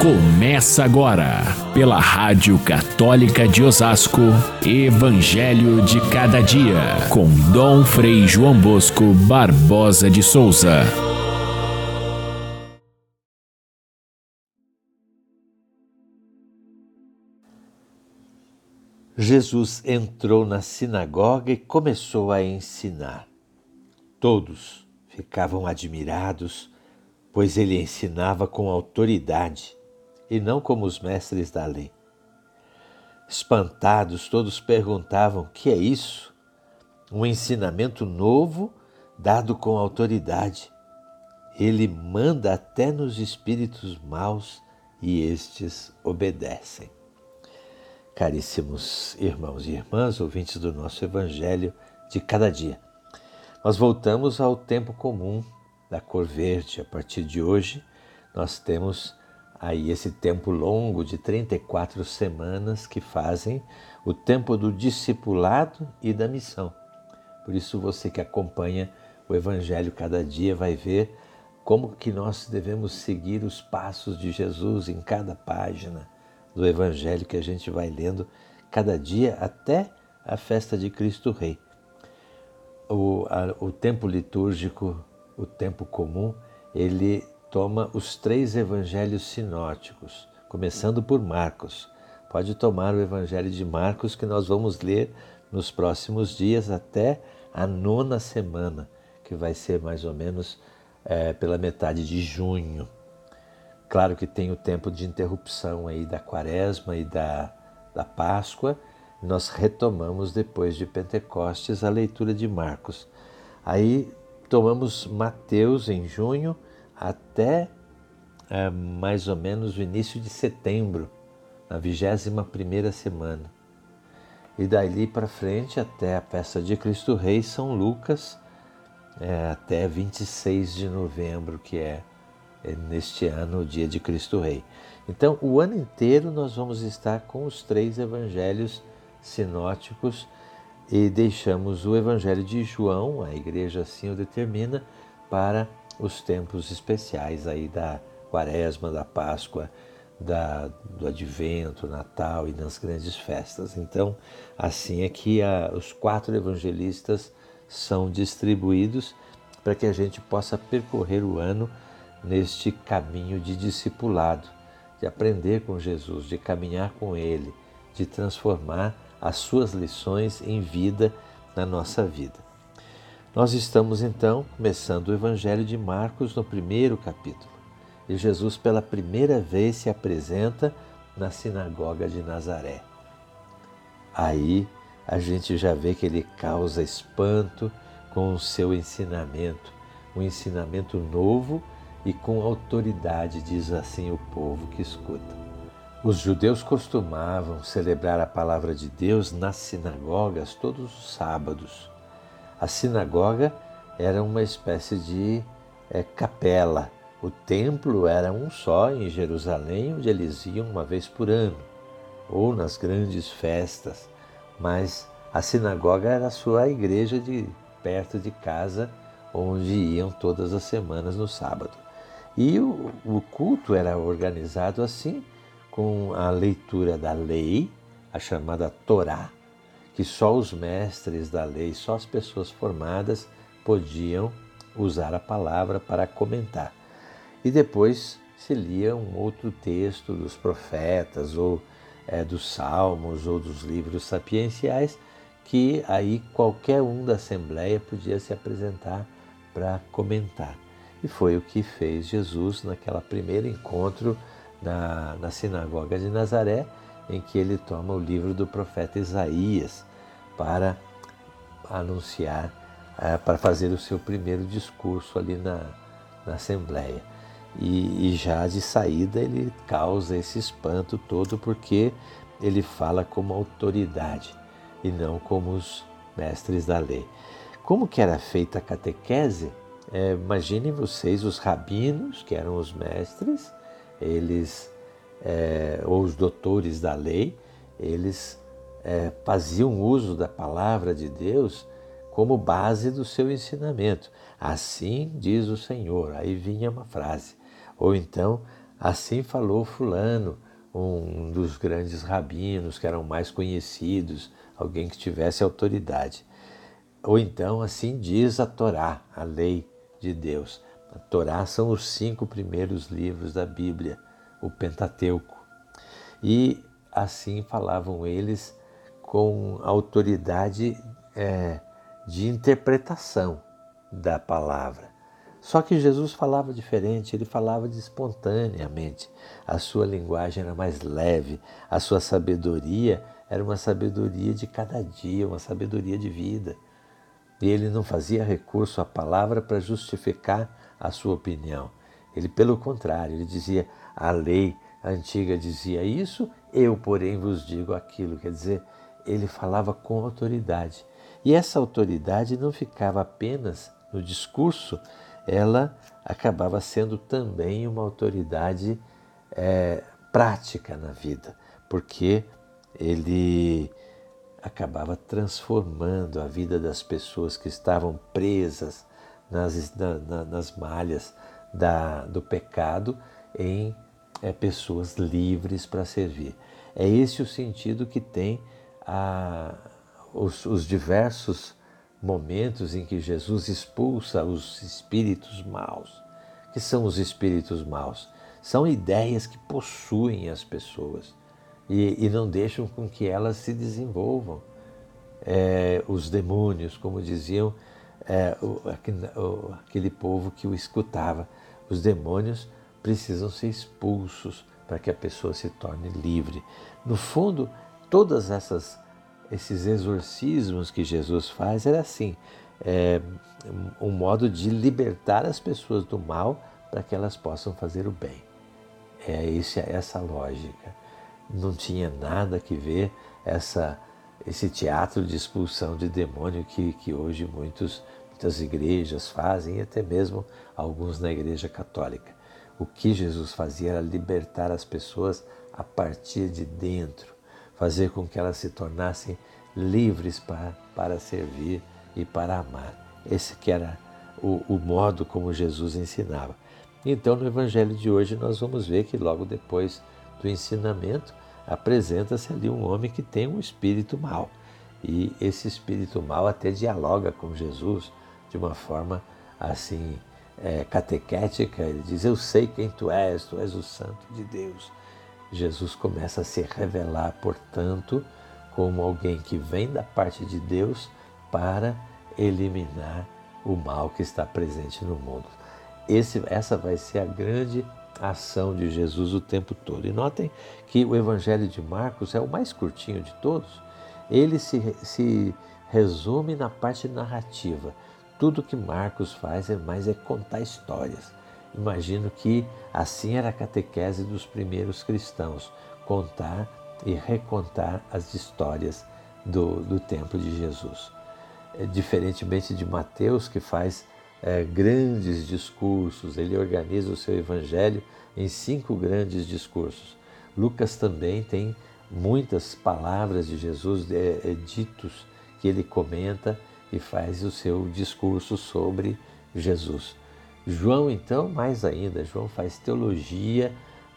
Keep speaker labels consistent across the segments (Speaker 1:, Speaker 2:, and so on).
Speaker 1: Começa agora, pela Rádio Católica de Osasco, Evangelho de Cada Dia, com Dom Frei João Bosco Barbosa de Souza.
Speaker 2: Jesus entrou na sinagoga e começou a ensinar. Todos ficavam admirados, pois ele ensinava com autoridade e não como os mestres da lei. Espantados, todos perguntavam: que é isso? Um ensinamento novo dado com autoridade. Ele manda até nos espíritos maus e estes obedecem. Caríssimos irmãos e irmãs, ouvintes do nosso Evangelho de Cada Dia, nós voltamos ao tempo comum da cor verde. A partir de hoje, nós temos aí esse tempo longo de 34 semanas que fazem o tempo do discipulado e da missão. Por isso, você que acompanha o Evangelho Cada Dia vai ver como que nós devemos seguir os passos de Jesus em cada página do Evangelho que a gente vai lendo cada dia até a festa de Cristo Rei. O tempo litúrgico, o tempo comum, ele toma os 3 evangelhos sinóticos, começando por Marcos. Pode tomar o Evangelho de Marcos que nós vamos ler nos próximos dias até a 9ª semana, que vai ser mais ou menos pela metade de junho. Claro que tem o tempo de interrupção aí da Quaresma e da Páscoa. Nós retomamos depois de Pentecostes a leitura de Marcos. Aí tomamos Mateus em junho até mais ou menos o início de setembro, na 21ª semana. E dali para frente até a festa de Cristo Rei, São Lucas, até 26 de novembro, que é neste ano o dia de Cristo Rei. Então, o ano inteiro nós vamos estar com os 3 evangelhos sinóticos e deixamos o Evangelho de João, a igreja assim o determina, para os tempos especiais aí da Quaresma, da Páscoa, do Advento, Natal e nas grandes festas. Então, assim é que os 4 evangelistas são distribuídos para que a gente possa percorrer o ano neste caminho de discipulado, de aprender com Jesus, de caminhar com Ele, de transformar as suas lições em vida na nossa vida. Nós estamos então começando o Evangelho de Marcos no 1º capítulo. E Jesus pela primeira vez se apresenta na sinagoga de Nazaré. Aí a gente já vê que ele causa espanto com o seu ensinamento, um ensinamento novo e com autoridade, diz assim o povo que escuta. Os judeus costumavam celebrar a palavra de Deus nas sinagogas todos os sábados. A sinagoga era uma espécie de capela. O templo era um só em Jerusalém, onde eles iam uma vez por ano, ou nas grandes festas. Mas a sinagoga era a sua igreja de perto de casa, onde iam todas as semanas no sábado. E o culto era organizado assim, com a leitura da lei, a chamada Torá, que só os mestres da lei, só as pessoas formadas podiam usar a palavra para comentar. E depois se lia um outro texto dos profetas, ou dos salmos, ou dos livros sapienciais, que aí qualquer um da Assembleia podia se apresentar para comentar. E foi o que fez Jesus naquele primeiro encontro na sinagoga de Nazaré, em que ele toma o livro do profeta Isaías para anunciar, para fazer o seu primeiro discurso ali na Assembleia. E já de saída ele causa esse espanto todo, porque ele fala como autoridade e não como os mestres da lei. Como que era feita a catequese? Imaginem vocês os rabinos, que eram os mestres, eles, ou os doutores da lei, eles faziam uso da palavra de Deus como base do seu ensinamento. Assim diz o Senhor. Aí vinha uma frase. Ou então Assim falou fulano, um dos grandes rabinos que eram mais conhecidos, alguém que tivesse autoridade. Ou então, assim diz a Torá, a lei de Deus. A Torá são os 5 primeiros livros da Bíblia, o Pentateuco. E assim falavam eles com autoridade de interpretação da palavra. Só que Jesus falava diferente, ele falava espontaneamente. A sua linguagem era mais leve, a sua sabedoria era uma sabedoria de cada dia, uma sabedoria de vida. E ele não fazia recurso à palavra para justificar a sua opinião. Ele, pelo contrário, ele dizia, a lei antiga dizia isso, eu, porém, vos digo aquilo. Quer dizer, ele falava com autoridade. E essa autoridade não ficava apenas no discurso, ela acabava sendo também uma autoridade prática na vida, porque ele acabava transformando a vida das pessoas que estavam presas nas malhas do pecado em pessoas livres para servir. É esse o sentido que tem os diversos momentos em que Jesus expulsa os espíritos maus. Que são os espíritos maus? São ideias que possuem as pessoas e não deixam com que elas se desenvolvam. Os demônios, como diziam aquele povo que o escutava, os demônios precisam ser expulsos para que a pessoa se torne livre. No fundo, todas esses exorcismos que Jesus faz era assim, um modo de libertar as pessoas do mal para que elas possam fazer o bem. Essa lógica. Não tinha nada que ver esse teatro de expulsão de demônio que hoje muitas igrejas fazem, e até mesmo alguns na Igreja Católica. O que Jesus fazia era libertar as pessoas a partir de dentro, fazer com que elas se tornassem livres para servir e para amar. Esse que era o modo como Jesus ensinava. Então, no Evangelho de hoje, nós vamos ver que logo depois do ensinamento, apresenta-se ali um homem que tem um espírito mau. E esse espírito mau até dialoga com Jesus de uma forma assim catequética. Ele diz, eu sei quem tu és o Santo de Deus. Jesus começa a se revelar, portanto, como alguém que vem da parte de Deus para eliminar o mal que está presente no mundo. Essa vai ser a grande ação de Jesus o tempo todo. E notem que o Evangelho de Marcos é o mais curtinho de todos. Ele se resume na parte narrativa. Tudo que Marcos faz é contar histórias. Imagino que assim era a catequese dos primeiros cristãos, contar e recontar as histórias do tempo de Jesus. Diferentemente de Mateus, que faz grandes discursos, ele organiza o seu evangelho em 5 grandes discursos. Lucas também tem muitas palavras de Jesus, ditos, que ele comenta e faz o seu discurso sobre Jesus. João, então, mais ainda, João faz teologia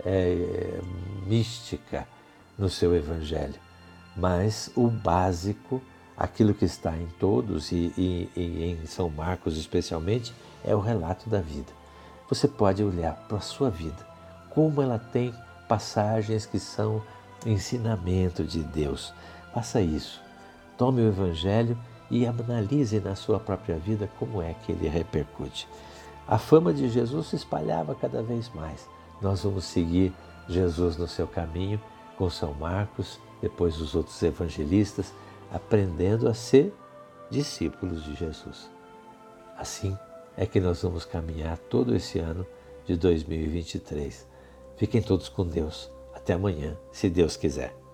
Speaker 2: mística no seu evangelho. Mas o básico, aquilo que está em todos e em São Marcos especialmente, é o relato da vida. Você pode olhar para a sua vida, como ela tem passagens que são ensinamento de Deus. Faça isso. Tome o Evangelho e analise na sua própria vida como é que ele repercute. A fama de Jesus se espalhava cada vez mais. Nós vamos seguir Jesus no seu caminho com São Marcos, depois os outros evangelistas, aprendendo a ser discípulos de Jesus. Assim é que nós vamos caminhar todo esse ano de 2023. Fiquem todos com Deus. Até amanhã, se Deus quiser.